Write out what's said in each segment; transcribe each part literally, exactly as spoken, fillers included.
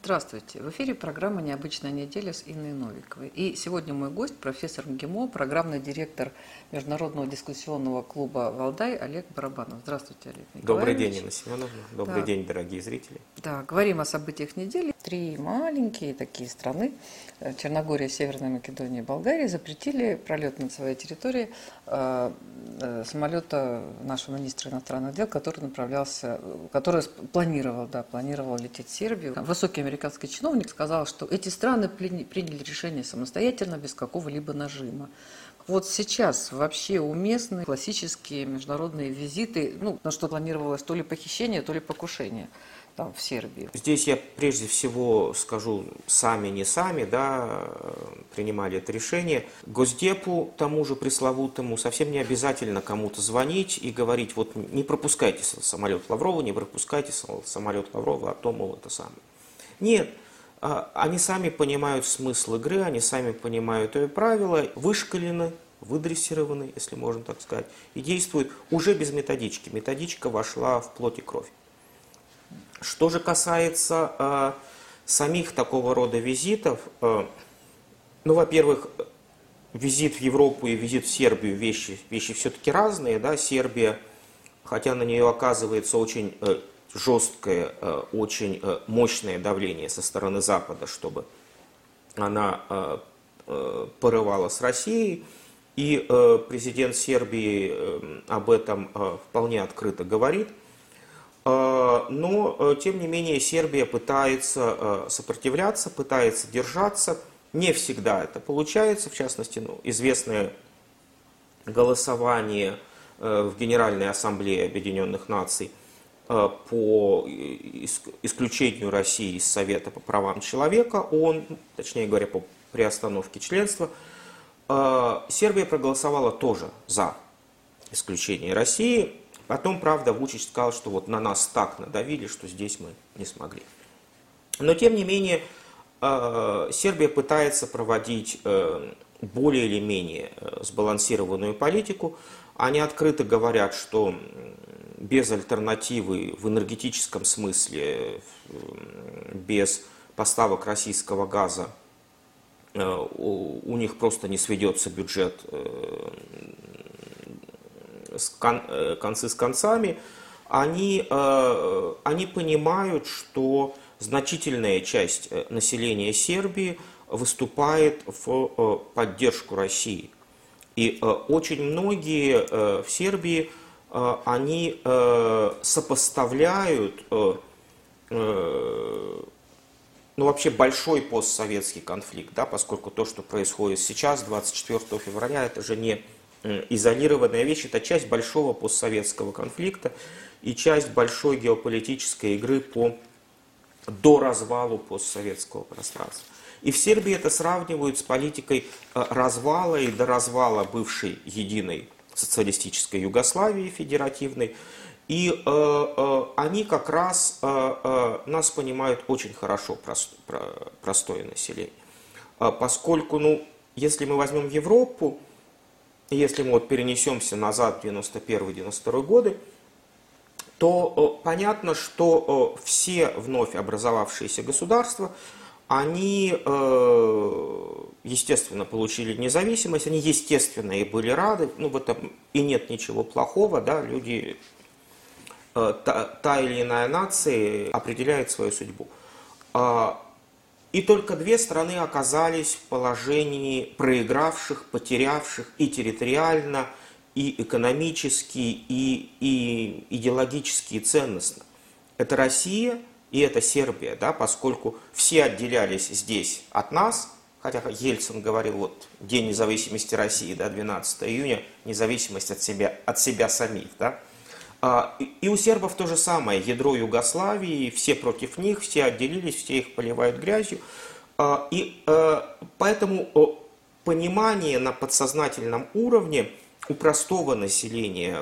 Здравствуйте. В эфире программа «Необычная неделя» с Инной Новиковой. И сегодня мой гость, профессор МГИМО, программный директор Международного дискуссионного клуба «Валдай» Олег Барабанов. Здравствуйте, Олег Николаевич. Добрый день, Инна Семеновна. Добрый да. день, дорогие зрители. Да, говорим о событиях недели. Три маленькие такие страны, Черногория, Северная Македония и Болгария, запретили пролет над своей территорией э, э, самолета нашего министра иностранных дел, который направлялся, который планировал, да, планировал лететь в Сербию. Высокий американский чиновник сказал, что эти страны приняли решение самостоятельно, без какого-либо нажима. Вот сейчас вообще уместны классические международные визиты, ну, на что планировалось то ли похищение, то ли покушение там, в Сербии? Здесь я прежде всего скажу, сами не сами, да, принимали это решение. Госдепу, тому же пресловутому, совсем не обязательно кому-то звонить и говорить, вот не пропускайте самолет Лаврова, не пропускайте самолет Лаврова, а то, мол, это самое. Нет, они сами понимают смысл игры, они сами понимают ее правила, вышкалены, выдрессированы, если можно так сказать, и действуют уже без методички. Методичка вошла в плоть и кровь. Что же касается э, самих такого рода визитов, э, ну, во-первых, визит в Европу и визит в Сербию вещи, вещи все-таки разные, да, Сербия, хотя на нее оказывается очень э, жесткое, э, очень э, мощное давление со стороны Запада, чтобы она э, э, порывала с Россией, и э, президент Сербии э, об этом э, вполне открыто говорит. Но, тем не менее, Сербия пытается сопротивляться, пытается держаться. Не всегда это получается. В частности, ну, известное голосование в Генеральной Ассамблее Объединенных Наций по исключению России из Совета по правам человека, ООН, точнее говоря, по приостановке членства, Сербия проголосовала тоже за исключение России. Потом, правда, Вучич сказал, что вот на нас так надавили, что здесь мы не смогли. Но, тем не менее, Сербия пытается проводить более или менее сбалансированную политику. Они открыто говорят, что без альтернативы в энергетическом смысле, без поставок российского газа, у них просто не сведется бюджет концы с концами, они, они понимают, что значительная часть населения Сербии выступает в поддержку России. И очень многие в Сербии, они сопоставляют, ну, вообще большой постсоветский конфликт, да, поскольку то, что происходит сейчас, двадцать четвёртого февраля, это же не изолированная вещь, это часть большого постсоветского конфликта и часть большой геополитической игры по доразвалу постсоветского пространства. И в Сербии это сравнивают с политикой развала и доразвала бывшей единой социалистической Югославии федеративной. И э, э, они как раз э, э, нас понимают очень хорошо, прост, про, простое население. Э, поскольку, ну, если мы возьмем Европу, если мы вот перенесемся назад в девяносто первый — девяносто второй годы, то э, понятно, что э, все вновь образовавшиеся государства, они, э, естественно, получили независимость, они, естественно, и были рады, ну, в этом и нет ничего плохого, да, люди, э, та, та или иная нация определяет свою судьбу. И только две страны оказались в положении проигравших, потерявших и территориально, и экономически, и, и идеологически, и ценностно. Это Россия и это Сербия, да, поскольку все отделялись здесь от нас, хотя Ельцин говорил, вот День независимости России, да, двенадцатого июня, независимость от себя, от себя самих, да. И у сербов то же самое, ядро Югославии, все против них, все отделились, все их поливают грязью. И поэтому понимание на подсознательном уровне у простого населения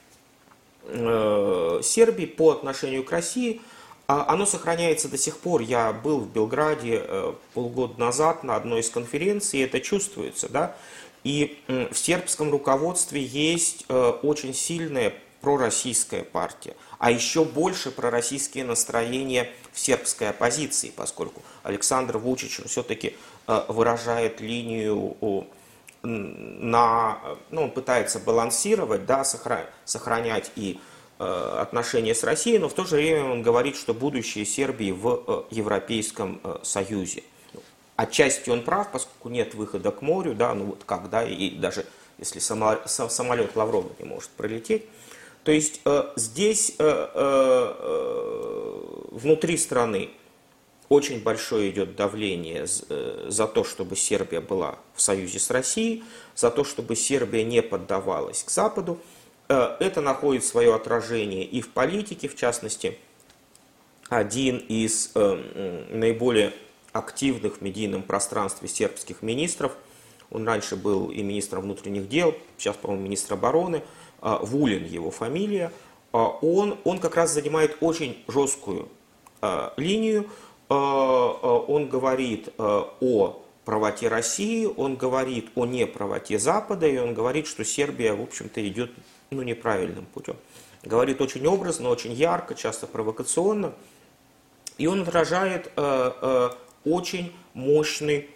Сербии по отношению к России, оно сохраняется до сих пор. Я был в Белграде полгода назад на одной из конференций, и это чувствуется, да. И в сербском руководстве есть очень сильное пророссийская партия, а еще больше пророссийские настроения в сербской оппозиции, поскольку Александр Вучич все-таки выражает линию на, ну, он пытается балансировать, да, сохранять и отношения с Россией, но в то же время он говорит, что будущее Сербии в Европейском Союзе. Отчасти он прав, поскольку нет выхода к морю, да, ну вот как, да, и даже если самолет Лаврова не может пролететь. То есть э, здесь э, э, внутри страны очень большое идет давление э, за то, чтобы Сербия была в союзе с Россией, за то, чтобы Сербия не поддавалась к Западу. Э, это находит свое отражение и в политике, в частности, один из э, наиболее активных в медийном пространстве сербских министров, он раньше был и министром внутренних дел, сейчас, по-моему, министр обороны, Вулин его фамилия, он, он как раз занимает очень жесткую линию, он говорит о правоте России, он говорит о неправоте Запада, и он говорит, что Сербия, в общем-то, идет, ну, неправильным путем. Говорит очень образно, очень ярко, часто провокационно, и он отражает очень мощный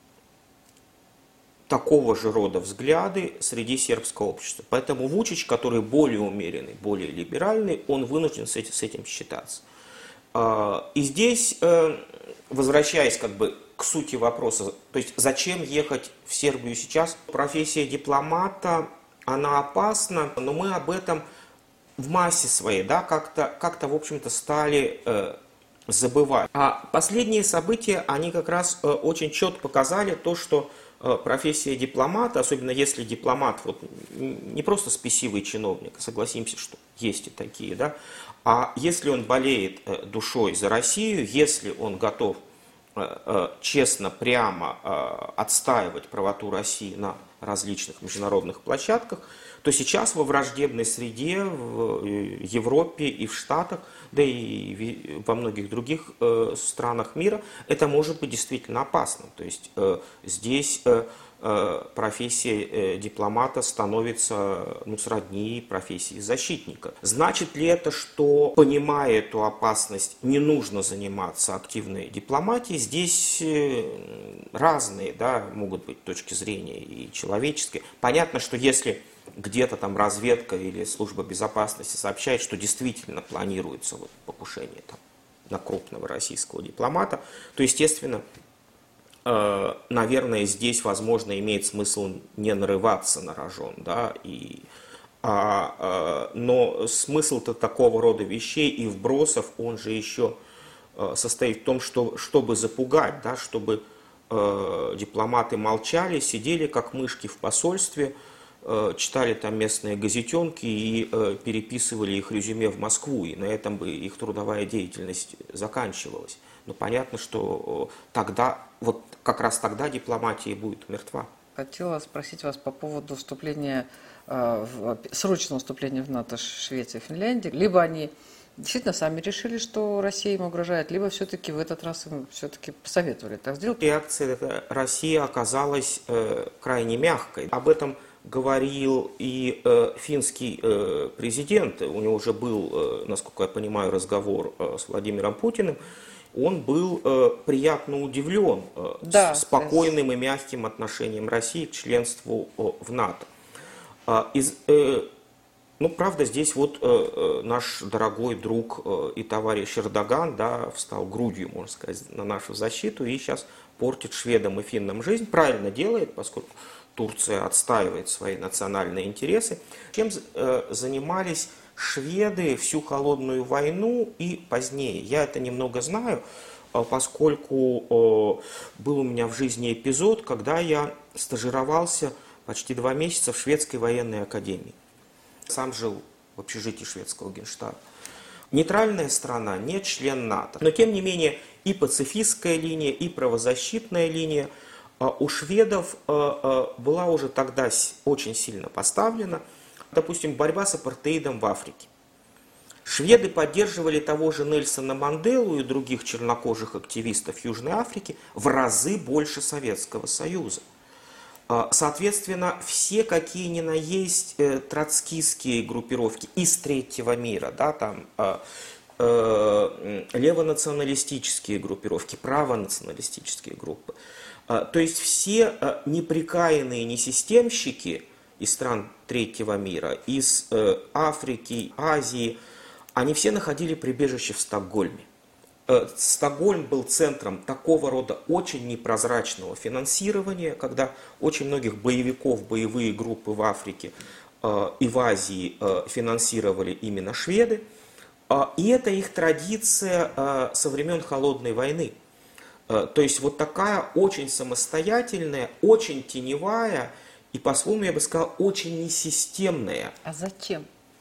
такого же рода взгляды среди сербского общества. Поэтому Вучич, который более умеренный, более либеральный, он вынужден с этим, с этим считаться. И здесь, возвращаясь как бы к сути вопроса, то есть зачем ехать в Сербию сейчас? Профессия дипломата, она опасна, но мы об этом в массе своей, да, как-то, как-то в общем-то, стали забывать. А последние события, они как раз очень четко показали то, что профессия дипломата, особенно если дипломат вот, не просто спесивый чиновник, согласимся, что есть и такие, да, а если он болеет душой за Россию, если он готов честно, прямо отстаивать правоту России на различных международных площадках, то сейчас во враждебной среде в Европе и в Штатах, да и во многих других странах мира, это может быть действительно опасно. То есть здесь профессия дипломата становится, ну, сродни профессии защитника. Значит ли это, что, понимая эту опасность, не нужно заниматься активной дипломатией? Здесь разные, да, могут быть точки зрения и человеческие. Понятно, что если где-то там разведка или служба безопасности сообщает, что действительно планируется вот покушение там на крупного российского дипломата, то, естественно, наверное, здесь, возможно, имеет смысл не нарываться на рожон, да, и, а, а, но смысл-то такого рода вещей и вбросов, он же еще состоит в том, что, чтобы запугать, да, чтобы э, дипломаты молчали, сидели как мышки в посольстве, э, читали там местные газетенки и э, переписывали их резюме в Москву, и на этом бы их трудовая деятельность заканчивалась. Но понятно, что тогда, вот как раз тогда дипломатия будет мертва. Хотела спросить вас по поводу вступления, срочного вступления в НАТО Швеции и Финляндии. Либо они действительно сами решили, что Россия им угрожает, либо все-таки в этот раз им все-таки посоветовали так сделать. Реакция России оказалась крайне мягкой. Об этом говорил и финский президент. У него уже был, насколько я понимаю, разговор с Владимиром Путиным. Он был э, приятно удивлен э, да, спокойным и мягким отношением России к членству э, в НАТО. А, из, э, ну, правда, здесь вот э, наш дорогой друг э, и товарищ Эрдоган, да, встал грудью, можно сказать, на нашу защиту и сейчас портит шведам и финнам жизнь. Правильно делает, поскольку Турция отстаивает свои национальные интересы. Чем э, занимались шведы всю холодную войну и позднее? Я это немного знаю, поскольку был у меня в жизни эпизод, когда я стажировался почти два месяца в шведской военной академии. Сам жил в общежитии шведского Генштаба. Нейтральная страна, не член НАТО. Но тем не менее и пацифистская линия, и правозащитная линия у шведов была уже тогда очень сильно поставлена. Допустим, борьба с апартеидом в Африке. Шведы поддерживали того же Нельсона Манделу и других чернокожих активистов Южной Африки в разы больше Советского Союза. Соответственно, все какие ни на есть э, троцкистские группировки из третьего мира, да, там э, э, левонационалистические группировки, правонационалистические группы, э, то есть все э, неприкаянные несистемщики из стран третьего мира, из э, Африки, Азии, они все находили прибежище в Стокгольме. Стокгольм был центром такого рода очень непрозрачного финансирования, когда очень многих боевиков, боевые группы в Африке э, и в Азии э, финансировали именно шведы. Э, и это их традиция э, со времен Холодной войны. Э, то есть вот такая очень самостоятельная, очень теневая и, по-своему, я бы сказал, очень несистемная. А зачем?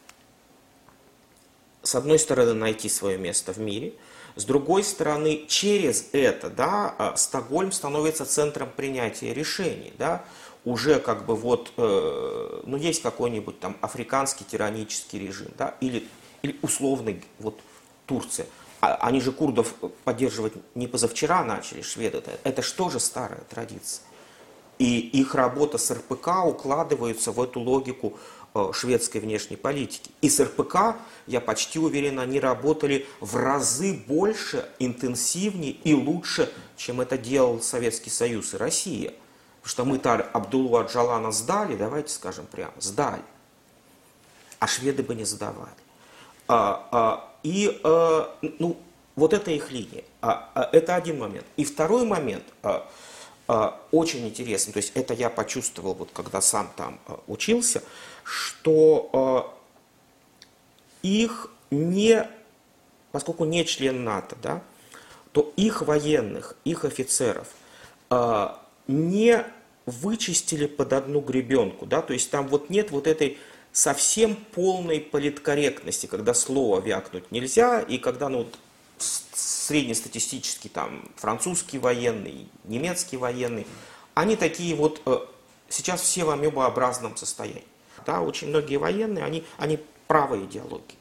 С одной стороны, найти свое место в мире. С другой стороны, через это, да, Стокгольм становится центром принятия решений, да, уже как бы вот, э, ну, есть какой-нибудь там африканский тиранический режим, да, или, или условный, вот, Турция. А, они же курдов поддерживать не позавчера начали, шведы, это, это же тоже старая традиция. И их работа с эр пэ ка укладывается в эту логику шведской внешней политики. И с эр пэ ка, я почти уверен, они работали в разы больше, интенсивнее и лучше, чем это делал Советский Союз и Россия. Потому что мы-то Абдуллу Аджалана сдали, давайте скажем прямо, сдали. А шведы бы не сдавали. А, а, и а, ну, вот это их линия. А, а, это один момент. И второй момент, а, а, очень интересный, то есть это я почувствовал, вот, когда сам там а, учился, что э, их не, поскольку не член НАТО, да, то их военных, их офицеров э, не вычистили под одну гребенку, да, то есть там вот нет вот этой совсем полной политкорректности, когда слово вякнуть нельзя, и когда, ну, среднестатистический там французский военный, немецкий военный, они такие вот э, сейчас все в амебообразном состоянии. Да, очень многие военные, они, они правой идеологии.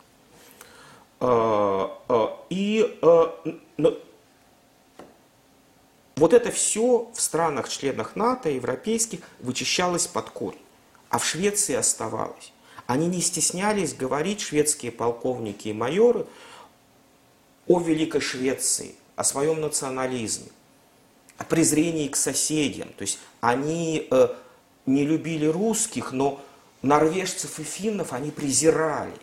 И вот это все в странах-членах НАТО, европейских, вычищалось под корень. А в Швеции оставалось. Они не стеснялись говорить, шведские полковники и майоры, о Великой Швеции, о своем национализме, о презрении к соседям. То есть они не любили русских, но норвежцев и финнов они презирали.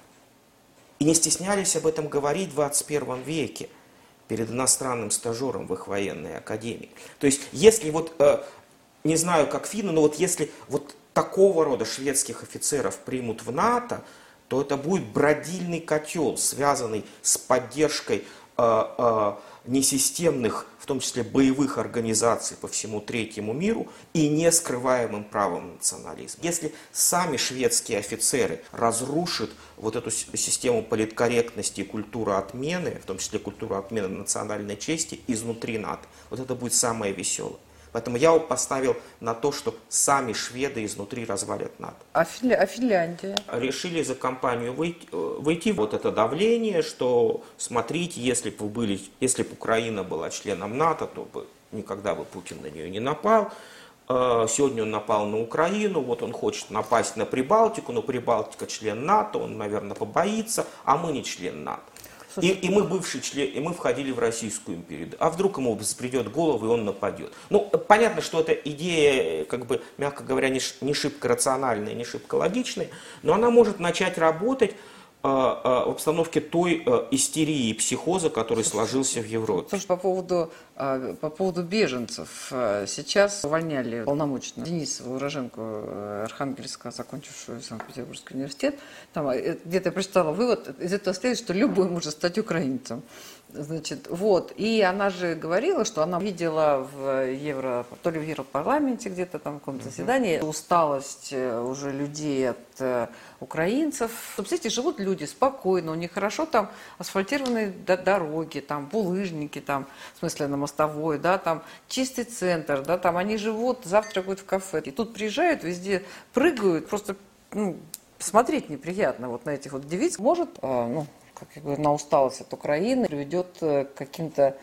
И не стеснялись об этом говорить в двадцать первом веке перед иностранным стажером в их военной академии. То есть, если вот, э, не знаю, как финны, но вот если вот такого рода шведских офицеров примут в НАТО, то это будет бродильный котел, связанный с поддержкой э, э, несистемных, в том числе боевых организаций по всему третьему миру и нескрываемым правом национализма. Если сами шведские офицеры разрушат вот эту систему политкорректности и культуру отмены, в том числе культуру отмены национальной чести изнутри НАТО, вот это будет самое веселое. Поэтому я поставил на то, что сами шведы изнутри развалят НАТО. А, Финля... а Финляндия? Решили за компанию выйти, выйти вот это давление, что смотрите, если бы, были, если бы Украина была членом НАТО, то бы никогда бы Путин на нее не напал. Сегодня он напал на Украину, вот он хочет напасть на Прибалтику, но Прибалтика член НАТО, он, наверное, побоится, а мы не член НАТО. И, и мы бывшие члены, и мы входили в Российскую империю. А вдруг ему придет голову, и он нападет. Ну, понятно, что эта идея, как бы, мягко говоря, не, не шибко рациональная, не шибко логичная, но она может начать работать э, э, в обстановке той э, истерии и психоза, который сложился в Европе. Слушай, по поводу, э, по поводу беженцев. Сейчас увольняли полномочного Денисову Уроженко, архангельска, закончившую Санкт-Петербургский университет. Там где-то я прочитала вывод, из этого следует, что любой может стать украинцем. Значит, вот. И она же говорила, что она видела в Евро, то ли в Европарламенте где-то там в каком-то заседании, uh-huh. усталость уже людей от украинцев. Представляете, живут люди спокойно, у них хорошо там асфальтированные дороги, там булыжники, там, в смысле на мостовой, да, там чистый центр, да, там они живут, завтракают в кафе. И тут приезжают, везде прыгают, просто, ну, смотреть неприятно вот на этих вот девиц. Может, ну, как я говорю, на усталость от Украины приведет к каким-то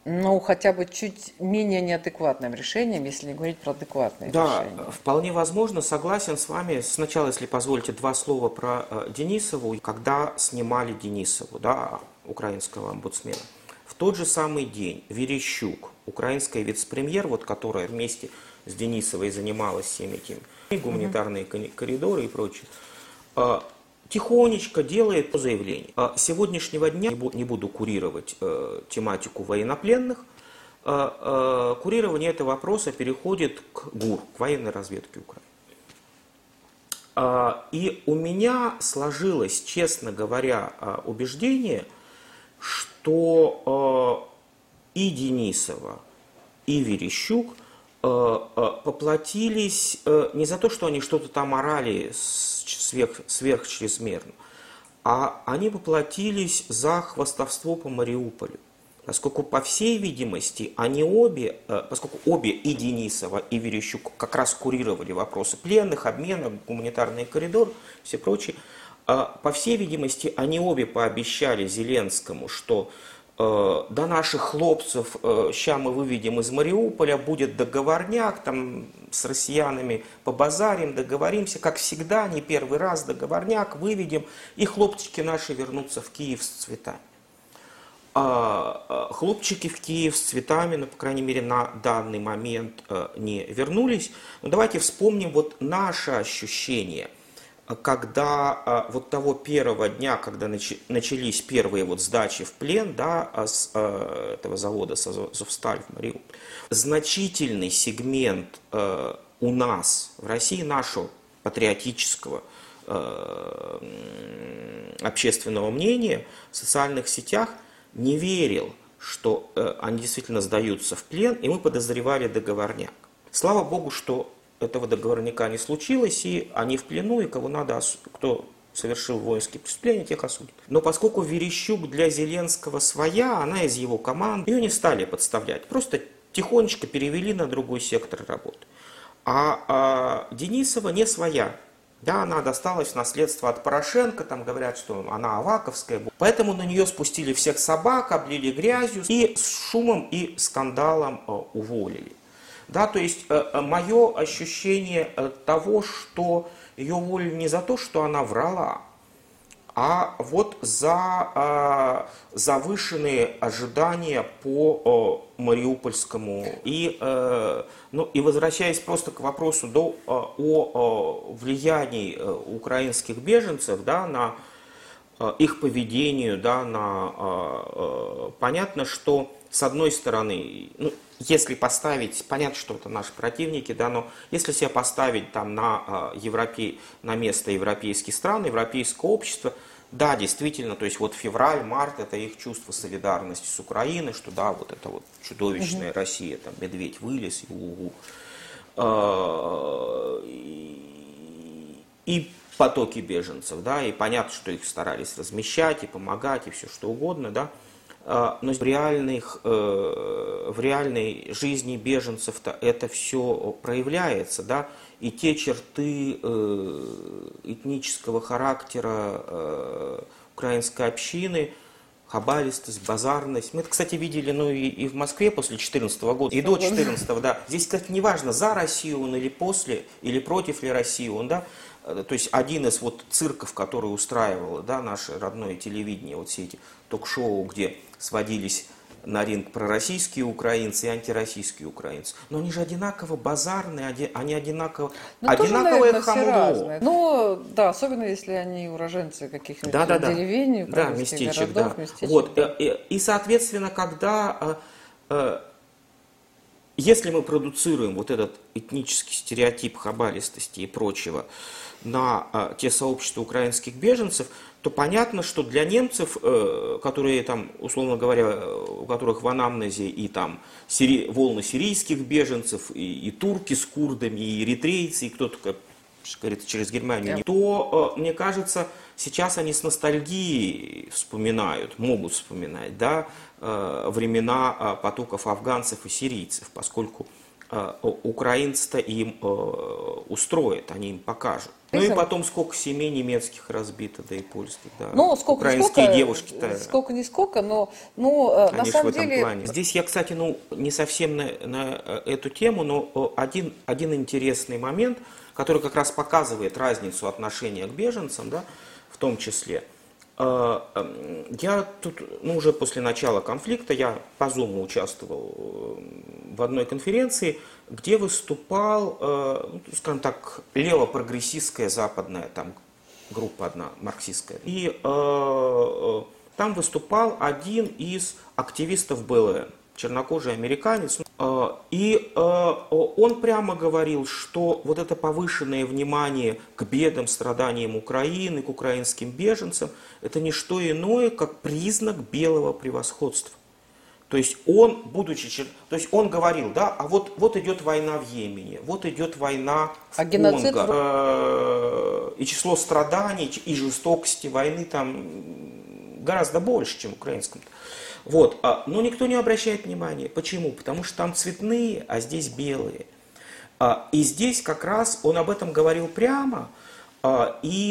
Ну, хотя бы чуть менее неадекватным решением, если не говорить про адекватные Да, решения. вполне возможно, согласен с вами. Сначала, если позволите, два слова про э, Денисову. Когда снимали Денисову, да, украинского омбудсмена, в тот же самый день Верещук, украинская вице-премьер, вот, которая вместе с Денисовой занималась всеми этими гуманитарные uh-huh. коридоры и прочее, э, тихонечко делает заявление. Э, сегодняшнего дня не буду курировать э, тематику военнопленных. Курирование этого вопроса переходит к ГУР, к военной разведке Украины. И у меня сложилось, честно говоря, убеждение, что и Денисова, и Верещук поплатились не за то, что они что-то там орали сверх, сверхчрезмерно, а они поплатились за хвастовство по Мариуполю. Поскольку, по всей видимости, они обе, поскольку обе и Денисова, и Верещук как раз курировали вопросы пленных, обмена, гуманитарный коридор, все прочее, по всей видимости, они обе пообещали Зеленскому, что до наших хлопцев ща мы выведем из Мариуполя, будет договорняк, там с россиянами побазарим, договоримся, как всегда, не первый раз договорняк, выведем, и хлопчики наши вернутся в Киев с цветами. Хлопчики в Киев с цветами, ну, по крайней мере, на данный момент не вернулись. Но давайте вспомним вот наше ощущение, когда вот того первого дня, когда начались первые вот сдачи в плен, да, с этого завода Азовсталь в Мариуполе. Значительный сегмент у нас, в России, нашего патриотического общественного мнения в социальных сетях не верил, что э, они действительно сдаются в плен, и мы подозревали договорняк. Слава Богу, что этого договорняка не случилось, и они в плену, и кого надо, кто совершил воинские преступления, тех осудят. Но поскольку Верещук для Зеленского своя, она из его команды, ее не стали подставлять, просто тихонечко перевели на другой сектор работы. А, а Денисова не своя. Да, она досталась в наследство от Порошенко, там говорят, что она аваковская. Поэтому на нее спустили всех собак, облили грязью и с шумом и скандалом э, уволили. Да, то есть э, мое ощущение э, того, что ее уволили не за то, что она врала, а вот за э, завышенные ожидания по э, Мариупольскому. И, э, ну, и возвращаясь просто к вопросу до, э, о э, влиянии э, украинских беженцев, да, на э, их поведению, да, на, э, э, понятно, что с одной стороны, ну, если поставить, понятно, что это наши противники, да, но если себя поставить там на, э, Европе, на место европейских стран, европейского общества, да, действительно, то есть вот февраль, март, это их чувство солидарности с Украиной, что да, вот это вот чудовищная угу. Россия, там медведь вылез, и угу. И потоки беженцев, да, и понятно, что их старались размещать и помогать, и все что угодно, да. Но в, реальных, в реальной жизни беженцев-то это все проявляется, да, и те черты этнического характера украинской общины, хабалистость, базарность. Мы это, кстати, видели, ну, и, и в Москве после две тысячи четырнадцатого года, и до две тысячи четырнадцатого, да. Здесь, кстати, не важно, за Россию он или после, или против ли России он, да. То есть один из вот цирков, который устраивало, да, наше родное телевидение, вот все эти ток-шоу, где сводились на ринг пророссийские украинцы и антироссийские украинцы. Но они же одинаково базарные, они одинаково, ну, одинаковое тоже, хамло. Ну, да, особенно если они уроженцы каких-нибудь да, да, деревень, да, местечек, городов, да. местечек. Вот. Да. И, и, соответственно, когда... Если мы продуцируем вот этот этнический стереотип хабалистости и прочего на а, те сообщества украинских беженцев, то понятно, что для немцев, э, которые там, условно говоря, у которых в анамнезе и там сири... волны сирийских беженцев, и, и турки с курдами, и эритрейцы, и кто-то, как говорится, через Германию, то, э, мне кажется, сейчас они с ностальгией вспоминают, могут вспоминать, да, времена потоков афганцев и сирийцев, поскольку украинцы-то им устроят, они им покажут. Ну и потом сколько семей немецких разбито, да и польских, да. Ну, сколько, украинские сколько, девушки-то. Сколько, не сколько, но, но на самом в этом деле... плане. Здесь я, кстати, ну, не совсем на, на эту тему, но один, один интересный момент, который как раз показывает разницу отношения к беженцам, да, в том числе. Я тут, ну, уже после начала конфликта, я по Zoom участвовал в одной конференции, где выступал, ну, скажем так, лево-прогрессистская западная там группа одна, марксистская. И э, там выступал один из активистов БЛМ, чернокожий американец. Э, и э, он прямо говорил, что вот это повышенное внимание к бедам, страданиям Украины, к украинским беженцам, это не что иное, как признак белого превосходства. То есть он, будучи, то есть он говорил, да, а вот, вот идет война в Йемене, вот идет война в а геноцид... Конго, и число страданий, и жестокости войны там гораздо больше, чем в украинском. Вот, но никто не обращает внимания. Почему? Потому что там цветные, а здесь белые. И здесь как раз он об этом говорил прямо и,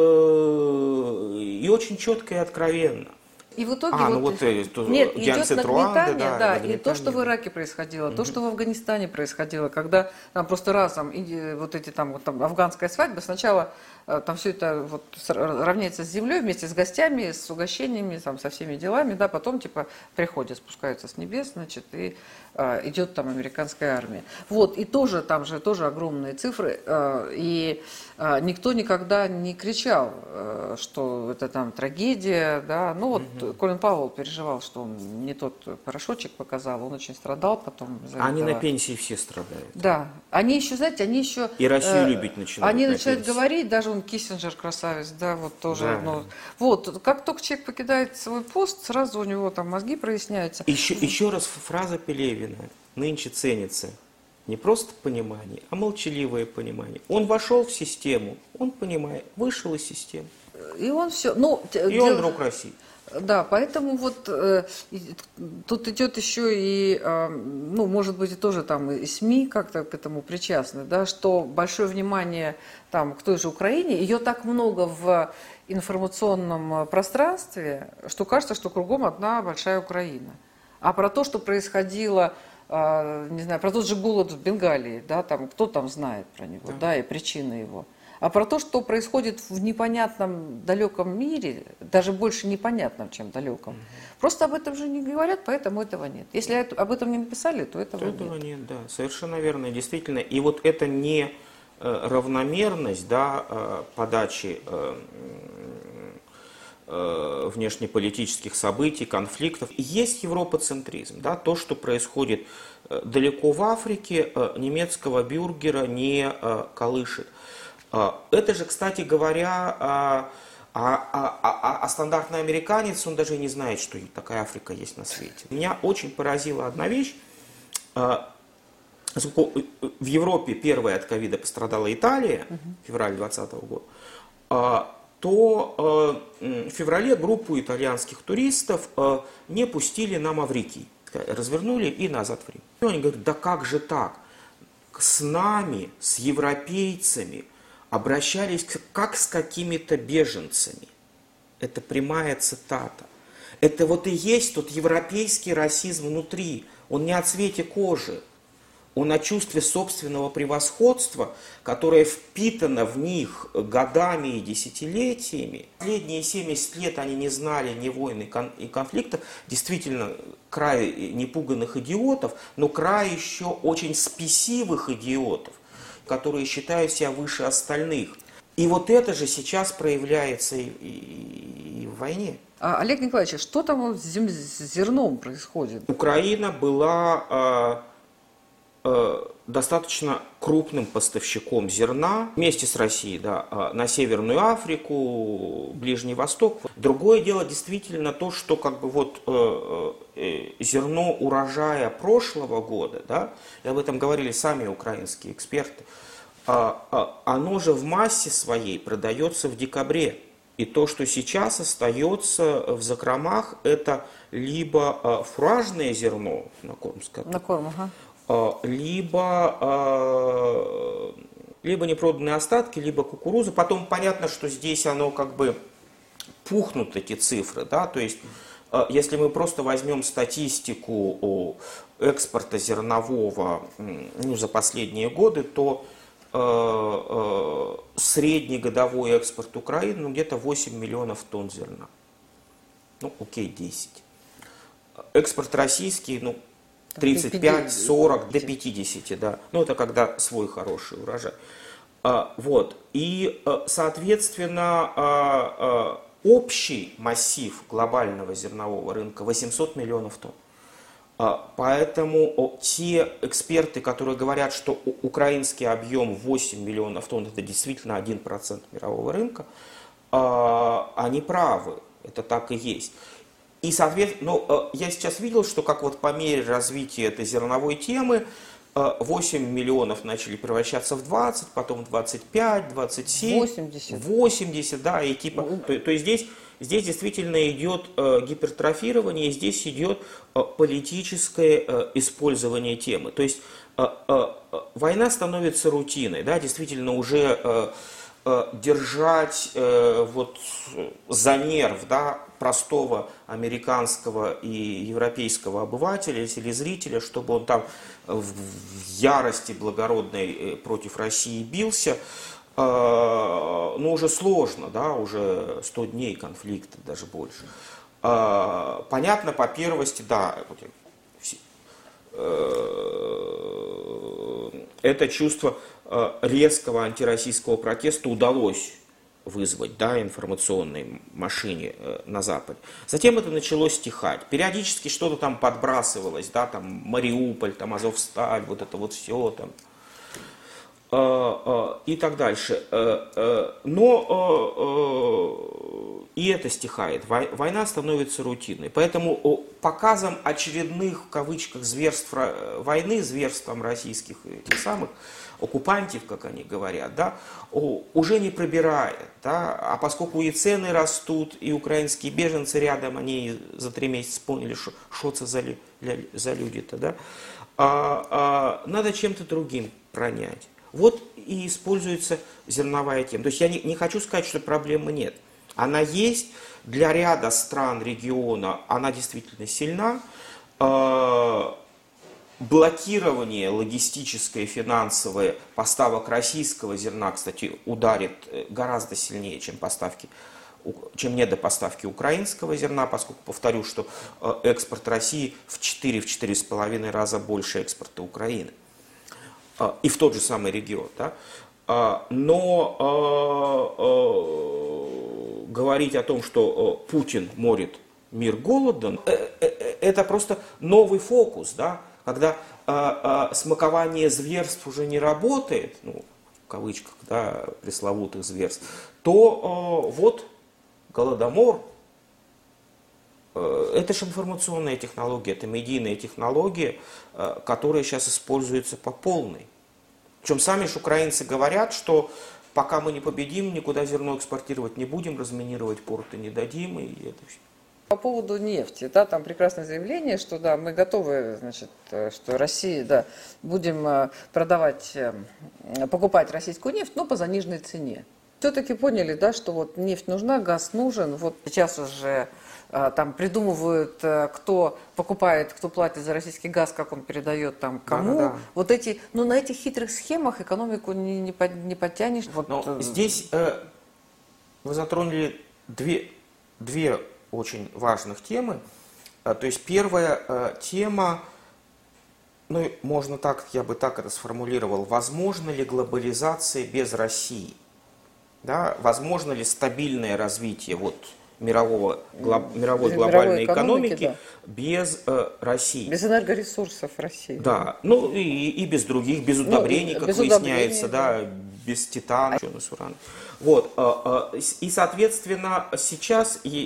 и очень четко и откровенно. И в итоге а, вот, ну вот э, нет, идет нагнетание, Руанда, да, да, да, и то, что в Ираке происходило, угу. то, что в Афганистане происходило, когда там просто разом вот эти там, вот, там афганская свадьба, сначала там все это вот равняется с землей вместе с гостями, с угощениями, там, со всеми делами, да, потом типа приходят, спускаются с небес, значит, и а, идет там американская армия. Вот, и тоже там же тоже огромные цифры, а, и а, никто никогда не кричал, а, что это там трагедия, да, ну вот угу. Колин Пауэлл переживал, что он не тот порошочек показал, он очень страдал потом. Они этого. На пенсии все страдают. Да, они еще, знаете, они еще... И Россию э, любить начинают. Они на начинают пенсии. говорить, даже он Киссинджер красавец, да, вот тоже. Да. Ну, вот, как только человек покидает свой пост, сразу у него там мозги проясняются. Еще, еще раз фраза Пелевина. Нынче ценится не просто понимание, а молчаливое понимание. Он вошел в систему, он понимает, вышел из системы. И он все... Ну, и дел... он друг России. Да, поэтому вот э, тут идет еще и, э, ну, может быть, и тоже там и СМИ как-то к этому причастны, да, что большое внимание там к той же Украине, ее так много в информационном пространстве, что кажется, что кругом одна большая Украина. А про то, что происходило, э, не знаю, про тот же голод в Бенгалии, да, там, кто там знает про него, да, да и причины его. А про то, что происходит в непонятном далеком мире, даже больше непонятном, чем далеком, mm-hmm. просто об этом же не говорят, поэтому этого нет. Если об этом не написали, то этого, то нет. Этого нет, да, совершенно верно, действительно. И вот эта неравномерность, да, подачи внешнеполитических событий, конфликтов, есть европоцентризм, да, то, что происходит далеко в Африке, немецкого бюргера не колышет. Это же, кстати говоря, а, а, а, а стандартный американец, он даже не знает, что такая Африка есть на свете. Меня очень поразила одна вещь. Поскольку в Европе первая от ковида пострадала Италия, в феврале двадцатого года, то в феврале группу итальянских туристов не пустили на Маврикий. Развернули и назад в Рим. И они говорят, да как же так? С нами, с европейцами, обращались как с какими-то беженцами. Это прямая цитата. Это вот и есть тот европейский расизм внутри. Он не о цвете кожи. Он о чувстве собственного превосходства, которое впитано в них годами и десятилетиями. Последние семьдесят лет они не знали ни войн и конфликтов. Действительно, край непуганных идиотов, но край еще очень спесивых идиотов, которые считают себя выше остальных. И вот это же сейчас проявляется и, и, и в войне. А, Олег Николаевич, что там с, зем... с зерном происходит? Украина была э, э, достаточно крупным поставщиком зерна вместе с Россией, да, на Северную Африку, Ближний Восток. Другое дело действительно то, что как бы вот э, э, зерно урожая прошлого года, да, и об этом говорили сами украинские эксперты, оно же в массе своей продается в декабре. И то, что сейчас остается в закромах, это либо фуражное зерно на корм скоту, на корм, ага. либо, либо непроданные остатки, либо кукуруза. Потом понятно, что здесь оно как бы пухнут эти цифры, да, то есть если мы просто возьмем статистику экспорта зернового, ну, за последние годы, то э, э, средний годовой экспорт Украины, ну, где-то восемь миллионов тонн зерна. Ну, окей, десять. Экспорт российский, ну, тридцать пять сорок до пятидесяти, да. Ну, это когда свой хороший урожай. А, вот. И, соответственно, а, а, общий массив глобального зернового рынка восемьсот миллионов тонн. Поэтому те эксперты, которые говорят, что украинский объем восемь миллионов тонн, это действительно один процент мирового рынка, они правы, это так и есть. И, соответственно, ну, я сейчас видел, что как вот по мере развития этой зерновой темы, восемь миллионов начали превращаться в двадцать, потом двадцать пять, двадцать семь, восемьдесят, восемьдесят, да, и типа, то, то есть здесь, здесь действительно идет э, гипертрофирование, здесь идет э, политическое э, использование темы. То есть э, э, война становится рутиной, да, действительно уже э, э, держать э, вот за нерв, да, простого американского и европейского обывателя, телезрителя, чтобы он там в ярости благородной против России бился, ну, уже сложно, да, уже сто дней конфликта, даже больше. Понятно, по первости, да, это чувство резкого антироссийского протеста удалось вызвать, да, информационной машине э, на Западе. Затем это начало стихать. Периодически что-то там подбрасывалось, да, там Мариуполь, там Азовсталь, вот это вот все там. Э, э, и так дальше. Э, э, но э, э, и это стихает. Война становится рутинной. Поэтому показом очередных, в кавычках, зверств войны, зверством российских этих самых оккупантов, как они говорят, да, уже не пробирает. Да, а поскольку и цены растут, и украинские беженцы рядом, они за три месяца поняли, что это за, за люди-то, да, а, а, надо чем-то другим пронять. Вот и используется зерновая тема. То есть я не, не хочу сказать, что проблемы нет. Она есть для ряда стран региона, она действительно сильна. Блокирование логистическое и финансовое поставок российского зерна, кстати, ударит гораздо сильнее, чем поставки, чем недопоставки украинского зерна, поскольку, повторю, что экспорт России в четыре-четыре с половиной раза больше экспорта Украины. И в тот же самый регион. Да? Но говорить о том, что Путин морит мир голодом, это просто новый фокус, да? Когда э, э, смакование зверств уже не работает, ну, в кавычках, да, пресловутых зверств, то э, вот Голодомор, э, это же информационная технология, это медийная технология, э, которая сейчас используется по полной. Причем сами же украинцы говорят, что пока мы не победим, никуда зерно экспортировать не будем, разминировать порты не дадим, и это все. По поводу нефти, да, там прекрасное заявление, что да, мы готовы, значит, что России, да, будем продавать, покупать российскую нефть, но по заниженной цене. Все-таки поняли, да, что вот нефть нужна, газ нужен, вот сейчас уже там придумывают, кто покупает, кто платит за российский газ, как он передает там кому. Да, да, да. Вот эти, ну на этих хитрых схемах экономику не, не, под, не подтянешь. Вот. Но здесь э, вы затронули две, две очень важных темы. То есть первая э, тема, ну можно так, я бы так это сформулировал, возможно ли глобализация без России? Да? Возможно ли стабильное развитие вот, мирового, глоб, мировой без глобальной мировой экономики, экономики, да, без э, России? Без энергоресурсов России. Да, ну и, и без других, без удобрений, ну, как без выясняется, да, да, без титана, а... с ураном. Вот, и, соответственно, сейчас, и,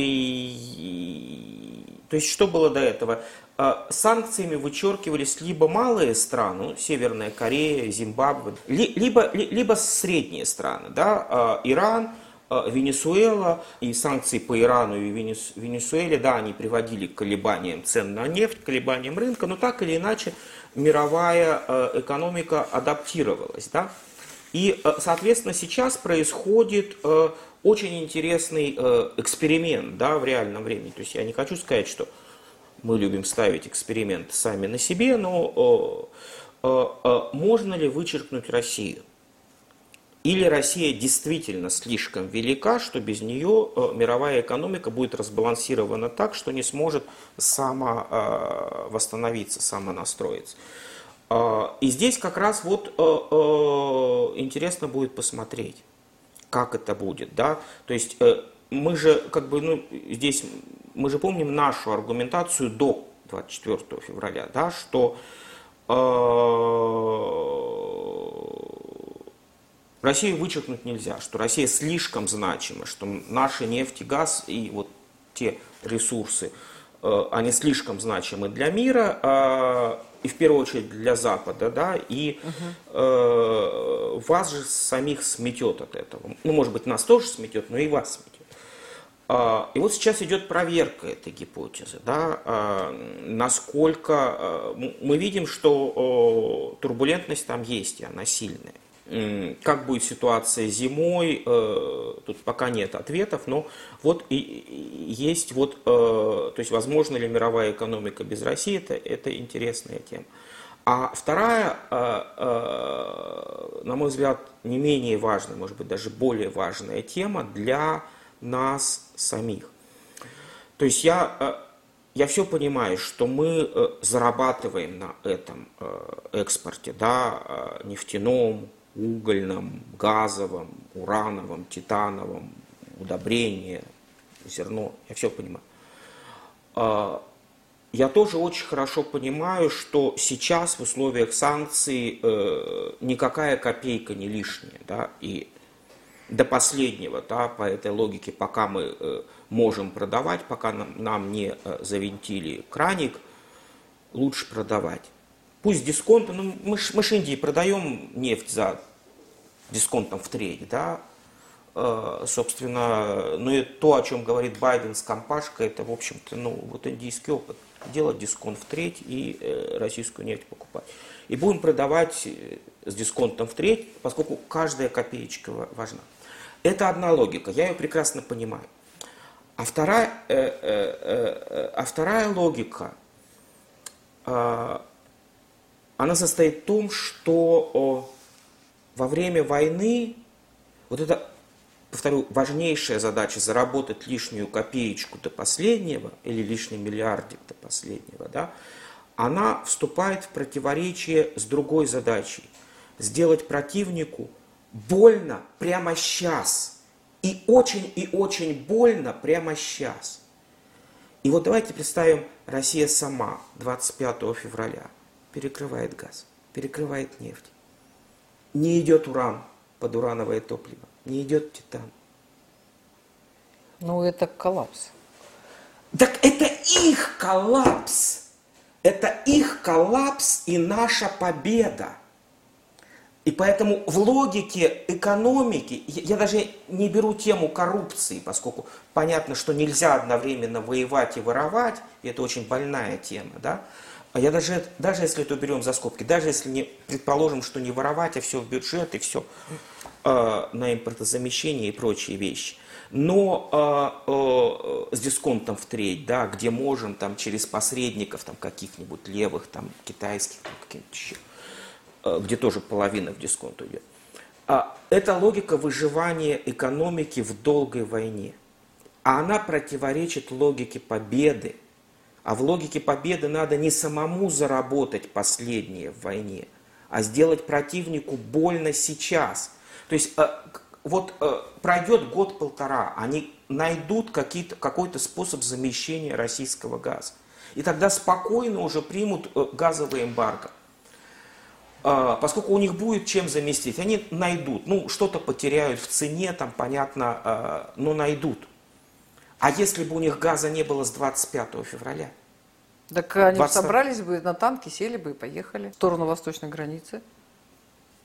и, то есть, что было до этого? Санкциями вычеркивались либо малые страны, Северная Корея, Зимбабве, либо, либо средние страны, да, Иран, Венесуэла, и санкции по Ирану и Венесуэле, да, они приводили к колебаниям цен на нефть, к колебаниям рынка, но так или иначе мировая экономика адаптировалась. Да? И, соответственно, сейчас происходит очень интересный эксперимент, да, в реальном времени. То есть я не хочу сказать, что мы любим ставить эксперименты сами на себе, но можно ли вычеркнуть Россию? Или Россия действительно слишком велика, что без нее мировая экономика будет разбалансирована так, что не сможет самовосстановиться, самонастроиться. И здесь как раз вот интересно будет посмотреть, как это будет. Да? То есть мы же как бы, ну, здесь мы же помним нашу аргументацию до двадцать четвёртого февраля, да, что Россию вычеркнуть нельзя, что Россия слишком значима, что наши нефть и газ и вот те ресурсы, они слишком значимы для мира, и в первую очередь для Запада, да, и угу. вас же самих сметет от этого. Ну, может быть, нас тоже сметет, но и вас сметет. И вот сейчас идет проверка этой гипотезы, да, насколько мы видим, что турбулентность там есть, и она сильная. Как будет ситуация зимой, тут пока нет ответов, но вот и есть вот, то есть возможно ли мировая экономика без России, это, это интересная тема. А вторая, на мой взгляд, не менее важная, может быть даже более важная тема для нас самих. То есть я, я все понимаю, что мы зарабатываем на этом экспорте, да, нефтяном, угольном, газовом, урановом, титановом, удобрение, зерно, я все понимаю. Я тоже очень хорошо понимаю, что сейчас в условиях санкций никакая копейка не лишняя, да, и до последнего, да, по этой логике, пока мы можем продавать, пока нам, нам не завинтили краник, лучше продавать. Пусть дисконт, ну мы ж, мы ж Индии продаем нефть за дисконтом в треть, да, э, собственно, ну и то, о чем говорит Байден с компашкой, это, в общем-то, ну, вот индийский опыт. Делать дисконт в треть и э, российскую нефть покупать. И будем продавать с дисконтом в треть, поскольку каждая копеечка важна. Это одна логика, я ее прекрасно понимаю. А вторая, э, э, э, а вторая логика, э, она состоит в том, что о, во время войны, вот это, повторю, важнейшая задача заработать лишнюю копеечку до последнего, или лишний миллиардик до последнего, да, она вступает в противоречие с другой задачей. Сделать противнику больно прямо сейчас. И очень, и очень больно прямо сейчас. И вот давайте представим, Россия сама двадцать пятого февраля перекрывает газ, перекрывает нефть. Не идет уран под урановое топливо, не идет титан. Ну, это коллапс. Так это их коллапс. Это их коллапс и наша победа. И поэтому в логике экономики, я даже не беру тему коррупции, поскольку понятно, что нельзя одновременно воевать и воровать, и это очень больная тема, да. А я даже, даже если это уберем за скобки, даже если не предположим, что не воровать, а все в бюджет и все э, на импортозамещение и прочие вещи, но э, э, с дисконтом в треть, да, где можем там через посредников там каких-нибудь левых, там китайских, там, каких-нибудь еще, э, где тоже половина в дисконт уйдет. А это логика выживания экономики в долгой войне. А она противоречит логике победы. А в логике победы надо не самому заработать последнее в войне, а сделать противнику больно сейчас. То есть э, вот э, пройдет год-полтора, они найдут какой-то способ замещения российского газа. И тогда спокойно уже примут э, газовый эмбарго. Э, поскольку у них будет чем заместить, они найдут. Ну, что-то потеряют в цене, там, понятно, э, но найдут. А если бы у них газа не было с двадцать пятого февраля? Так они двадцать... собрались бы на танки, сели бы и поехали в сторону восточной границы.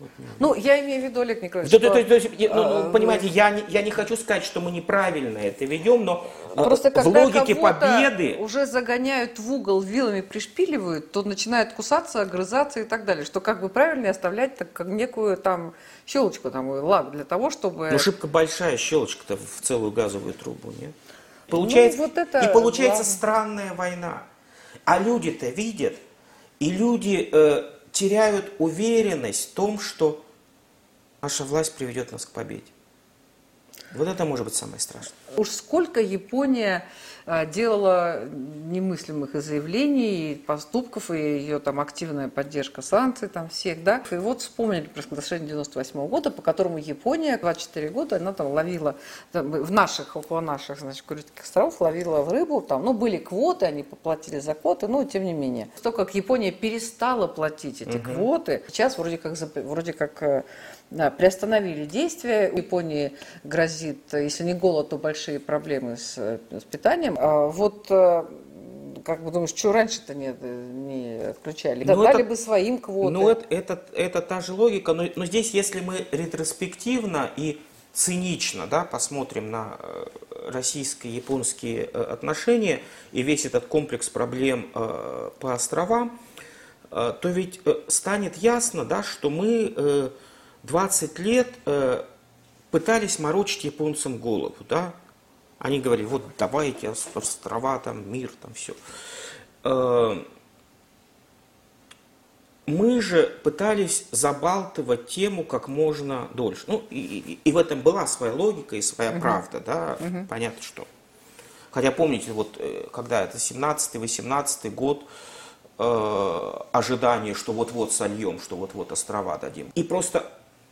Ну, я имею в виду, Олег Николаевич, то, что, то, то, то, ну, э, понимаете, я не, я не хочу сказать, что мы неправильно это ведем, но просто в когда логике победы... уже загоняют в угол, вилами пришпиливают, то начинают кусаться, огрызаться и так далее. Что как бы правильно оставлять так, как некую там щелочку, там, лак для того, чтобы... Ну, шибко большая щелочка-то в целую газовую трубу, нет? Получается, ну, вот это и получается главное. Странная война. А люди-то видят, и люди э, теряют уверенность в том, что наша власть приведет нас к победе. Вот это может быть самое страшное. Уж сколько Япония а, делала немыслимых и заявлений, и поступков, и ее там активная поддержка санкций там всех, да. И вот вспомнили про соглашение девяносто восьмого года, по которому Япония двадцать четыре года, она там ловила, там, в наших, около наших, значит, Курильских островов ловила рыбу, там, ну, были квоты, они поплатили за квоты, но тем не менее. То, как Япония перестала платить эти угу. квоты, сейчас вроде как, вроде как да, приостановили действия. Японии грозит, если не голод, то большие проблемы с, с питанием. А вот как бы думаешь, что раньше-то не, не отключали? Ну, дали это, бы своим квоты. Ну, это, это, это та же логика. Но, но здесь, если мы ретроспективно и цинично, да, посмотрим на российско-японские отношения и весь этот комплекс проблем по островам, то ведь станет ясно, да, что мы двадцать лет пытались морочить японцам голову, да? Они говорили, вот давайте острова, там мир, там все. Мы же пытались забалтывать тему как можно дольше. Ну, и, и, и в этом была своя логика и своя uh-huh. правда, да, uh-huh. понятно, что. Хотя помните, вот когда это семнадцатый-восемнадцатый год, э, ожидание, что вот-вот сольем, что вот-вот острова дадим. И просто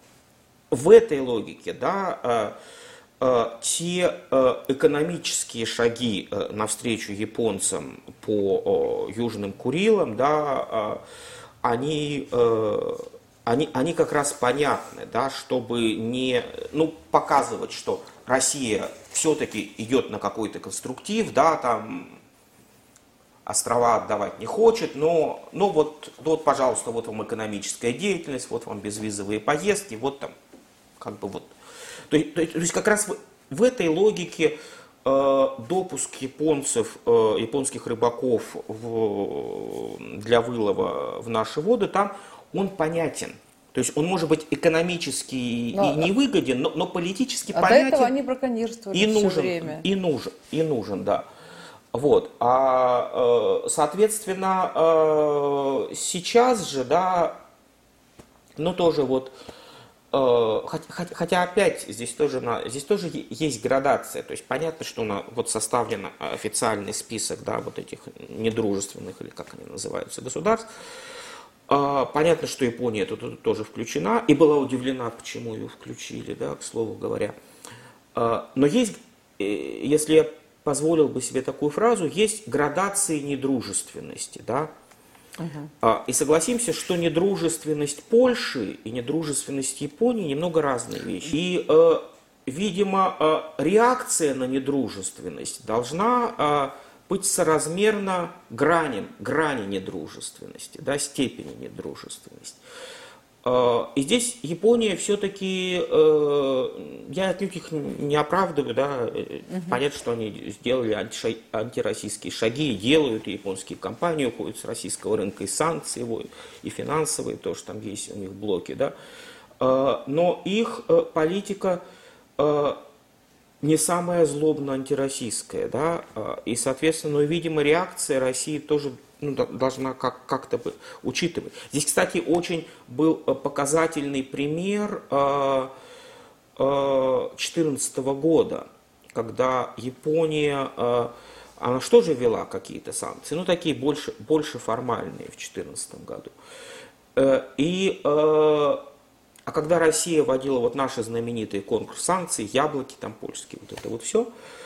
в этой логике, да, э, э, те э, экономические шаги э, навстречу японцам по э, Южным Курилам, да, э, они, э, они, они как раз понятны, да, чтобы не, ну, показывать, что Россия все-таки идет на какой-то конструктив, да, там острова отдавать не хочет, но, но вот, вот, пожалуйста, вот вам экономическая деятельность, вот вам безвизовые поездки, вот там, как бы вот. То, то, то есть как раз в, в этой логике э, допуск японцев, э, японских рыбаков в, для вылова в наши воды, там он понятен. То есть он может быть экономически но, и невыгоден, но, но политически а понятен. До этого они браконьерствовали и все нужен, время. И нужен, и нужен, да. Вот. А, соответственно, сейчас же, да, ну тоже вот, хотя, хотя опять здесь тоже, здесь тоже есть градация, то есть понятно, что на, вот составлен официальный список, да, вот этих недружественных, или как они называются, государств. Понятно, что Япония тут тоже включена, и была удивлена, почему ее включили, да, к слову говоря. Но есть, если я позволил бы себе такую фразу, есть градации недружественности, да. Uh-huh. И согласимся, что недружественность Польши и недружественность Японии немного разные вещи. И, видимо, реакция на недружественность должна быть соразмерно грани, грани недружественности, да, степени недружественности. И здесь Япония все-таки, я отнюдь их не оправдываю, да, uh-huh. понятно, что они сделали анти, антироссийские шаги, делают, и японские компании уходят с российского рынка, и санкции его, и финансовые, тоже там есть у них блоки, да, но их политика не самая злобно антироссийская, да, и, соответственно, ну, видимо, реакция России тоже, ну, должна как- как-то бы учитывать. Здесь, кстати, очень был показательный пример две тысячи четырнадцатого года, когда Япония, она что же ввела какие-то санкции? Ну, такие больше, больше формальные в две тысячи четырнадцатом году. И, а когда Россия вводила вот наши знаменитые конкурс санкций, яблоки там польские, вот это вот все,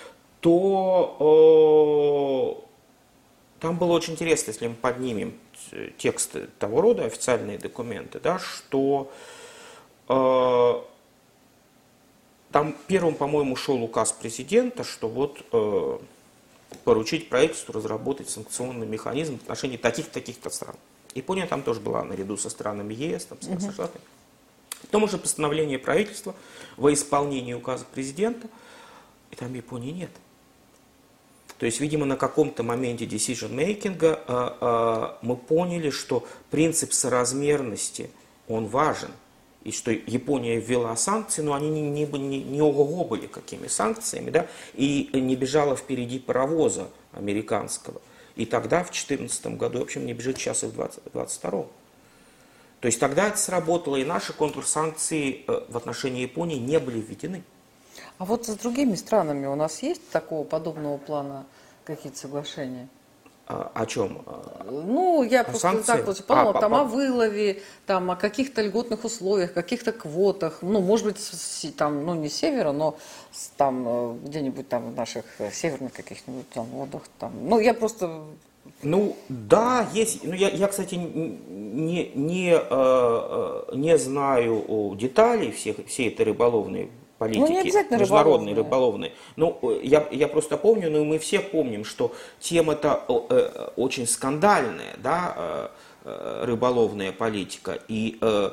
то там было очень интересно, если мы поднимем тексты того рода, официальные документы, да, что э, там первым, по-моему, шел указ президента, что вот э, поручить правительству разработать санкционный механизм в отношении таких-таких-то стран. Япония там тоже была наряду со странами ЕС, там, со Штатами. Потом уже постановление правительства во исполнении указа президента, и там Японии нет. То есть, видимо, на каком-то моменте decision-making а, а, мы поняли, что принцип соразмерности, он важен. И что Япония ввела санкции, но они не, не, не, не ого-го были какими санкциями, да, и не бежала впереди паровоза американского. И тогда, в две тысячи четырнадцатом году, в общем, не бежит сейчас и в две тысячи двадцать втором. То есть тогда это сработало, и наши контрсанкции в отношении Японии не были введены. А вот с другими странами у нас есть такого подобного плана какие-то соглашения? А, о чем? Ну, я о просто санкции? так вот подумала, а, там по, о вылове, там о каких-то льготных условиях, каких-то квотах. Ну, может быть, с, там, ну, не с севера, но с, там где-нибудь там в наших северных каких-нибудь там водах. Там. Ну, я просто... Ну, да, есть. Ну, я, я кстати, не, не, э, не знаю деталей всех, всей этой рыболовной политики, ну, не обязательно международной рыболовная. рыболовной. Ну, я, я просто помню, ну, мы все помним, что тема-то э, очень скандальная, да, э, э, рыболовная политика. И э,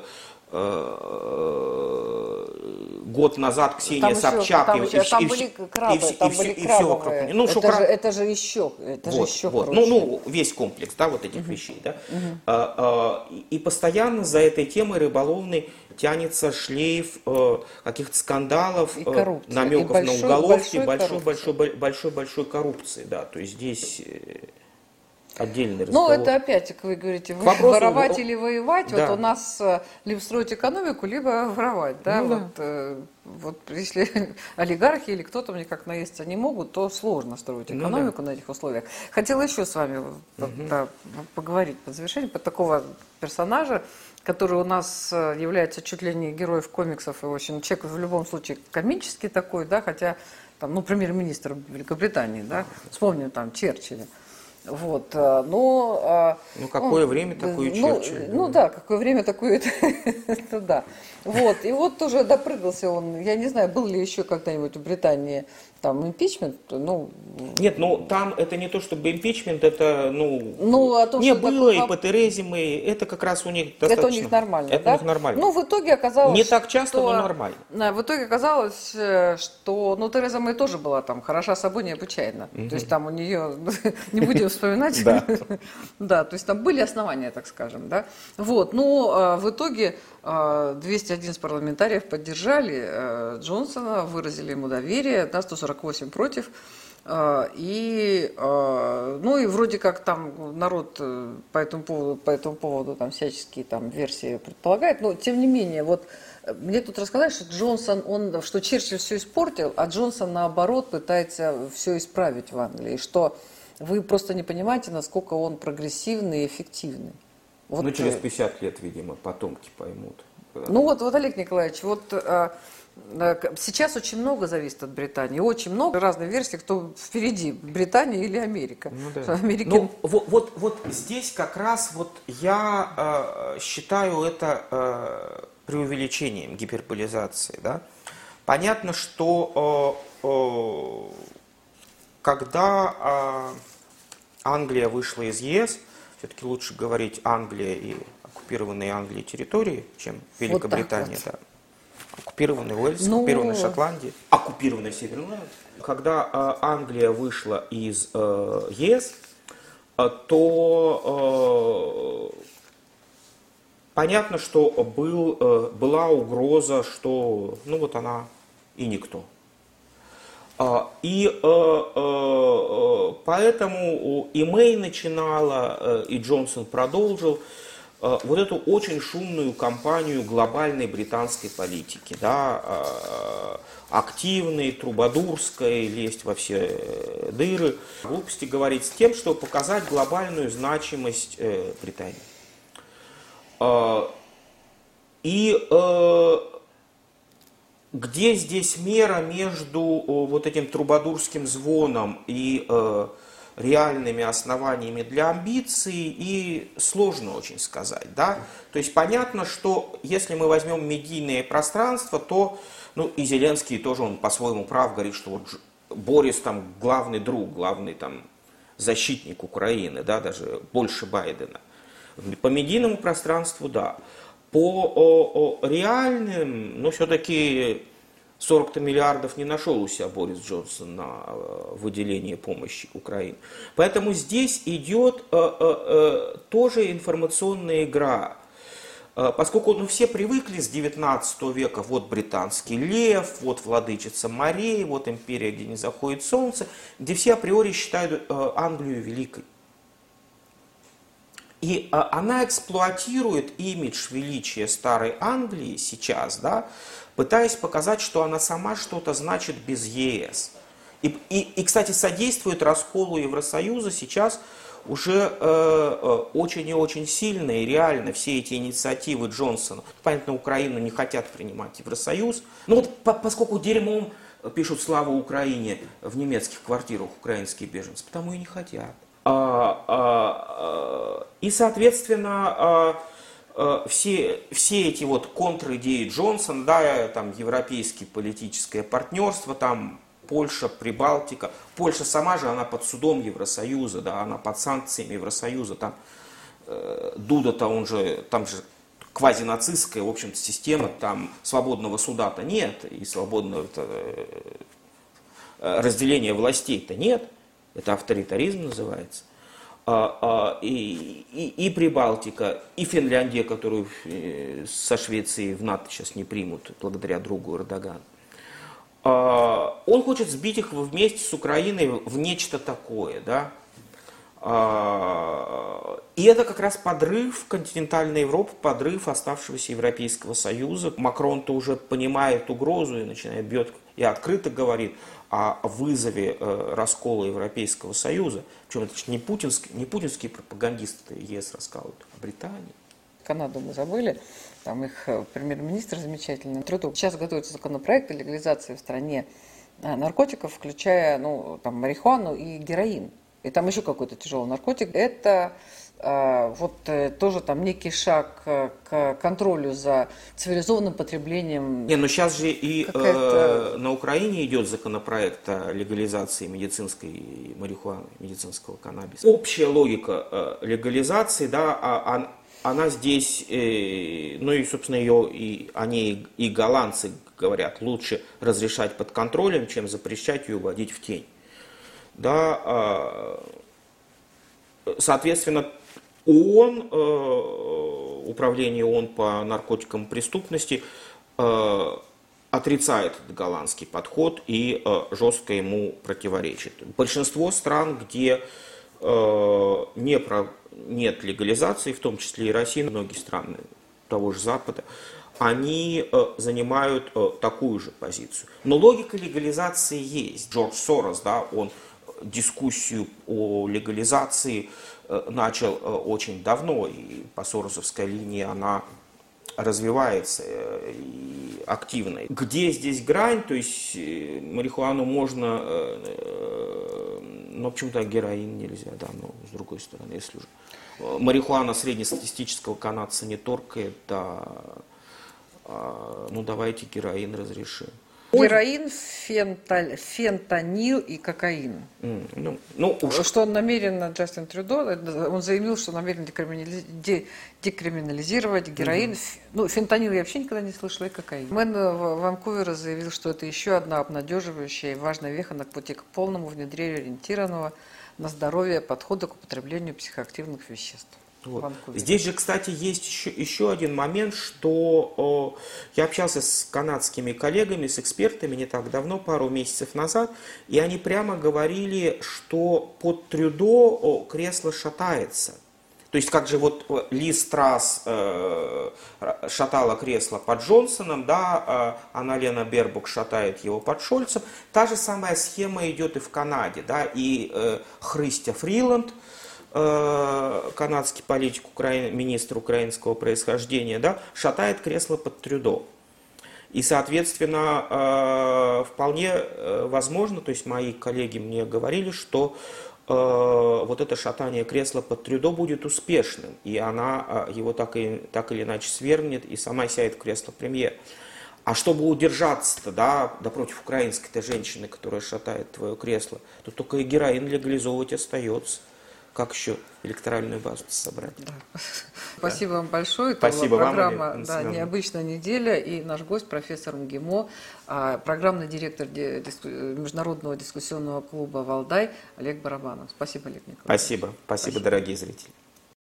год назад Ксения там Собчак еще, там, и, еще, и, там и, были и, крабы, и, там и, были и, и все вокруг. Ну, это, краб... же, это же еще, это вот, же еще вот. круче. Ну, ну, весь комплекс, да, вот этих uh-huh. вещей, да. Uh-huh. А, а, и, и постоянно за этой темой рыболовной тянется шлейф э, каких-то скандалов, э, намеков большой, на уголовки, большой-большой-большой коррупции, да. То есть здесь отдельный разговор. Ну, это опять, как вы говорите, вопросу, воровать или воевать. Да. Вот у нас либо строить экономику, либо воровать. Да? Ну, вот, да. Вот если олигархи или кто-то мне как наесться не могут, то сложно строить экономику ну, да. на этих условиях. Хотела еще с вами угу. да, поговорить под завершение, под такого персонажа, который у нас является чуть ли не героем комиксов. И очень человек в любом случае комический такой, да, хотя, там, ну, премьер-министр Великобритании, да, вспомним там Черчилля. Вот, но... Ну, какое он, время такое ну, Черчилль? Ну да, какое время такое, это да. Вот, и вот тоже допрыгался он, я не знаю, был ли еще когда-нибудь в Британии там импичмент, ну... Нет, ну там это не то чтобы импичмент, это, ну, ну а то, не было, такое... и по Терези мы, это как раз у них достаточно... Это у них нормально, это да? у них нормально. Ну, в итоге оказалось, не так часто, что... но нормально. В итоге оказалось, что, ну, Тереза Мэй тоже была там хороша собой необычайно. Mm-hmm. То есть там у нее, не будем вспоминать, да, то есть там были основания, так скажем, да. Вот, но в итоге двести одиннадцать парламентариев поддержали Джонсона, выразили ему доверие, да, сто сорок восемь против. И, ну и вроде как там народ по этому поводу, по этому поводу там всяческие там версии предполагает, но тем не менее, вот мне тут рассказали, что Джонсон, он, что Черчилль все испортил, а Джонсон наоборот пытается все исправить в Англии, что вы просто не понимаете, насколько он прогрессивный и эффективный. Вот, ну через пятьдесят лет, видимо, потомки поймут. Ну вот, вот Олег Николаевич, вот... Сейчас очень много зависит от Британии, очень много разных версий, кто впереди, Британия или Америка. Ну, да. Америки... ну, вот, вот, вот здесь как раз вот я э, считаю это э, преувеличением, гиперболизацией. Да? Понятно, что э, э, когда э, Англия вышла из ЕС, все-таки лучше говорить Англия и оккупированные Англией территории, чем Великобритания. Вот вот. Да. Оккупированный Уэльс, ну... оккупированная Шотландия, оккупированная Северная Ирландия. Когда э, Англия вышла из э, ЕС, э, то э, понятно, что был, э, была угроза, что ну вот она и никто. Э, и э, э, поэтому и Мэй начинала, э, и Джонсон продолжил вот эту очень шумную кампанию глобальной британской политики, да, активной, трубадурской, лезть во все дыры, глупости говорить с тем, чтобы показать глобальную значимость Британии. И где здесь мера между вот этим трубадурским звоном и реальными основаниями для амбиций, и сложно очень сказать, да. То есть понятно, что если мы возьмем медийное пространство, то, ну и Зеленский тоже, он по-своему прав, говорит, что вот Борис там главный друг, главный там защитник Украины, да, даже больше Байдена. По медийному пространству, да. По о, о, реальным, но все-таки сорок миллиардов не нашел у себя Борис Джонсон на выделение помощи Украине. Поэтому здесь идет э, э, э, тоже информационная игра. Поскольку ну, все привыкли с девятнадцатого века, вот британский лев, вот владычица морей, вот империя, где не заходит солнце, где все априори считают э, Англию великой. И э, она эксплуатирует имидж величия старой Англии сейчас, да, пытаясь показать, что она сама что-то значит без ЕС. И, и, и кстати, содействует расколу Евросоюза сейчас уже э, очень и очень сильно и реально все эти инициативы Джонсона. Понятно, Украину не хотят принимать Евросоюз. Но вот по, поскольку дерьмом пишут «Слава Украине» в немецких квартирах украинские беженцы, потому и не хотят. А, а, и, соответственно, а, а, все, все эти вот контр-идеи Джонсона, да, там европейское политическое партнерство, там Польша, Прибалтика. Польша сама же, она под судом Евросоюза, да, она под санкциями Евросоюза. Там э, Дуда-то, он же, там же квазинацистская, в общем-то, система, там свободного суда-то нет, и свободного э, разделения властей-то нет. Это авторитаризм называется. А, а, и, и, и Прибалтика, и Финляндия, которую э, со Швецией в НАТО сейчас не примут, благодаря другу Эрдогану. Он хочет сбить их вместе с Украиной в нечто такое, да. И это как раз подрыв континентальной Европы, подрыв оставшегося Европейского Союза. Макрон-то уже понимает угрозу и начинает бьет, и открыто говорит о вызове раскола Европейского Союза. Причем это не путинские, не путинские пропагандисты ЕС рассказывают, а Британия. Канаду мы забыли, там их премьер-министр замечательный, Трюдо. Сейчас готовится законопроект о легализации в стране наркотиков, включая, ну, там, марихуану и героин. И там еще какой-то тяжелый наркотик. Это э, вот э, тоже там некий шаг э, к контролю за цивилизованным потреблением. Не, но сейчас же и э, на Украине идет законопроект о легализации медицинской марихуаны, медицинского каннабиса. Общая логика э, легализации, да, а, а, она здесь, э, ну и, собственно, ее и они и голландцы говорят, лучше разрешать под контролем, чем запрещать и уводить в тень. Да, э, соответственно, ООН, э, управление ООН по наркотикам и преступности э, отрицает этот голландский подход и э, жестко ему противоречит. Большинство стран, где э, не про нет легализации, в том числе и Россия, многие страны того же Запада, они э, занимают э, такую же позицию. Но логика легализации есть. Джордж Сорос, да, он дискуссию о легализации э, начал э, очень давно, и по соросовской линии она развивается э, и активно. Где здесь грань? То есть э, марихуану можно, э, э, но почему-то героин нельзя, да, но с другой стороны, если уже. Марихуана среднестатистического канадца не торкает, да, а, ну давайте героин разрешим. Героин, фенталь, фентанил и кокаин. Mm, ну, ну, уж... Что он намеренно, Джастин Трюдо, он заявил, что намерен декриминализ... де... декриминализировать героин. Mm-hmm. Ну, фентанил я вообще никогда не слышала, и кокаин. Мэн Ванкувера заявил, что это еще одна обнадеживающая и важная веха на пути к полному внедрению ориентированного на здоровье подхода к употреблению психоактивных веществ. Вот. Здесь же, кстати, есть еще, еще один момент, что о, я общался с канадскими коллегами, с экспертами не так давно, пару месяцев назад, и они прямо говорили, что под Трюдо о, кресло шатается. То есть, как же вот Лиз Трасс э, шатала кресло под Джонсоном, да, э, Анна-Лена Бербок шатает его под Шольцем. Та же самая схема идет и в Канаде, да, и э, Христя Фриланд, э, канадский политик, укра... министр украинского происхождения, да, шатает кресло под Трюдо. И, соответственно, э, вполне возможно, то есть мои коллеги мне говорили, что вот это шатание кресла под Трюдо будет успешным, и она его так, и, так или иначе свергнет и сама сядет в кресло премьера. А чтобы удержаться-то, да, да против украинской-то женщины, которая шатает твое кресло, то только и героин легализовывать остается. Как еще электоральную базу собрать? Да. Спасибо вам большое. Это Спасибо была вам, программа Алина да, Семеновна. «Необычная неделя». И наш гость, профессор МГИМО, программный директор Международного дискуссионного клуба «Валдай» Олег Барабанов. Спасибо, Олег Николаевич. Спасибо. Спасибо, Спасибо. дорогие зрители.